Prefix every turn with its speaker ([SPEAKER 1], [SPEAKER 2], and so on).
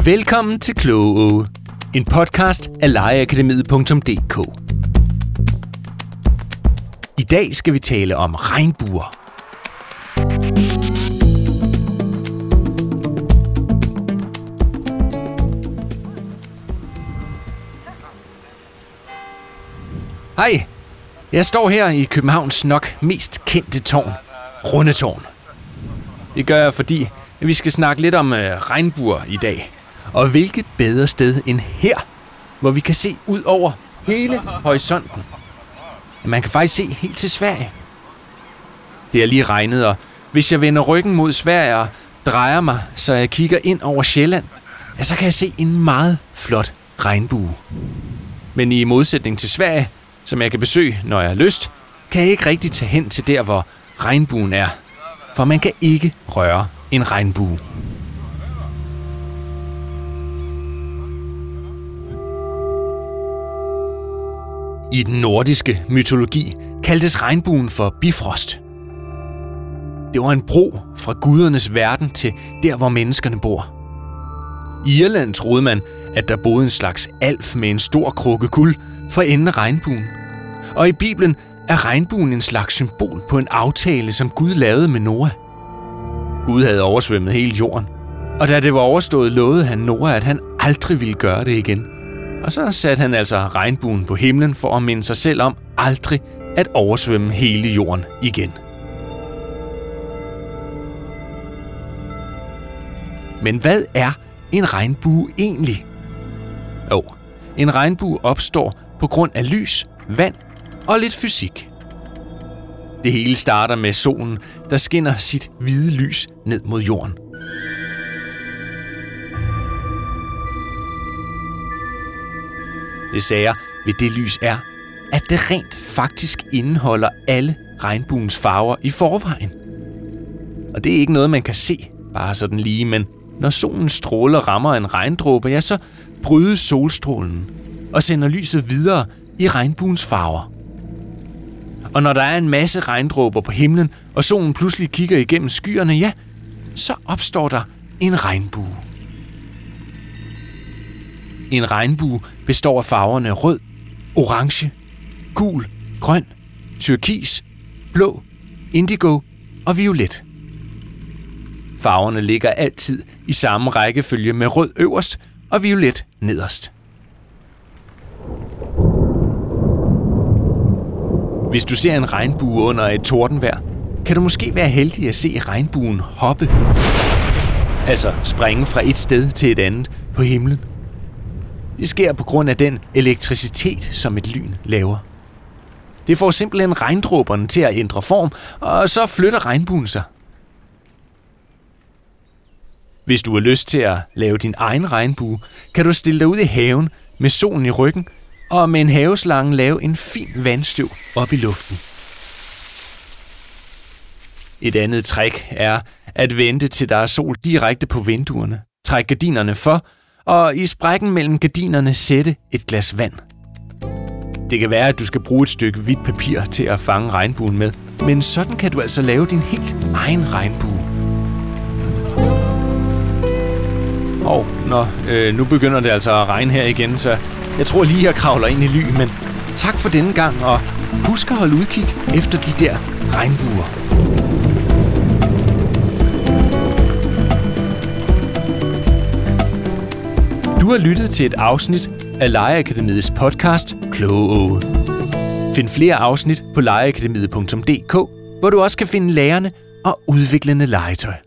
[SPEAKER 1] Velkommen til Kloge, en podcast af legeakademiet.dk. I dag skal vi tale om regnbuer. Hej, jeg står her i Københavns nok mest kendte tårn, Rundetårn. Det gør jeg, fordi vi skal snakke lidt om regnbuer i dag. Og hvilket bedre sted end her, hvor vi kan se ud over hele horisonten. Man kan faktisk se helt til Sverige. Det er lige regnet, og hvis jeg vender ryggen mod Sverige og drejer mig, så jeg kigger ind over Sjælland, ja, så kan jeg se en meget flot regnbue. Men i modsætning til Sverige, som jeg kan besøge, når jeg har lyst, kan jeg ikke rigtig tage hen til der, hvor regnbuen er. For man kan ikke røre en regnbue. I den nordiske mytologi kaldtes regnbuen for Bifrost. Det var en bro fra gudernes verden til der, hvor menneskerne bor. I Irland troede man, at der boede en slags alf med en stor krukke guld for enden af regnbuen. Og i Bibelen er regnbuen en slags symbol på en aftale, som Gud lavede med Noah. Gud havde oversvømmet hele jorden, og da det var overstået, lovede han Noah, at han aldrig ville gøre det igen. Og så satte han altså regnbuen på himlen for at minde sig selv om aldrig at oversvømme hele jorden igen. Men hvad er en regnbue egentlig? Jo, en regnbue opstår på grund af lys, vand og lidt fysik. Det hele starter med solen, der skinner sit hvide lys ned mod jorden. Det sære ved det lys er, at det rent faktisk indeholder alle regnbuens farver i forvejen. Og det er ikke noget, man kan se bare sådan lige, men når solens stråler rammer en regndråbe, ja, så brydes solstrålen og sender lyset videre i regnbuens farver. Og når der er en masse regndråber på himlen, og solen pludselig kigger igennem skyerne, ja, så opstår der en regnbue. En regnbue består af farverne rød, orange, gul, grøn, turkis, blå, indigo og violet. Farverne ligger altid i samme rækkefølge med rød øverst og violet nederst. Hvis du ser en regnbue under et tordenvejr, kan du måske være heldig at se regnbuen hoppe. Altså springe fra et sted til et andet på himlen. Det sker på grund af den elektricitet, som et lyn laver. Det får simpelthen regndråberne til at ændre form, og så flytter regnbuen sig. Hvis du har lyst til at lave din egen regnbue, kan du stille dig ud i haven med solen i ryggen, og med en haveslange lave en fin vandstøv op i luften. Et andet trick er at vente til der er sol direkte på vinduerne, trække gardinerne for, og i sprækken mellem gardinerne sætte et glas vand. Det kan være, at du skal bruge et stykke hvidt papir til at fange regnbuen med, men sådan kan du altså lave din helt egen regnbue. Og nu begynder det altså at regne her igen, så jeg tror lige, jeg kravler ind i ly, men tak for denne gang, og husk at holde udkig efter de der regnbuer. Du har lyttet til et afsnit af Legeakademiets podcast Kloge. Find flere afsnit på legeakademiet.dk, hvor du også kan finde lærerne og udviklende legetøj.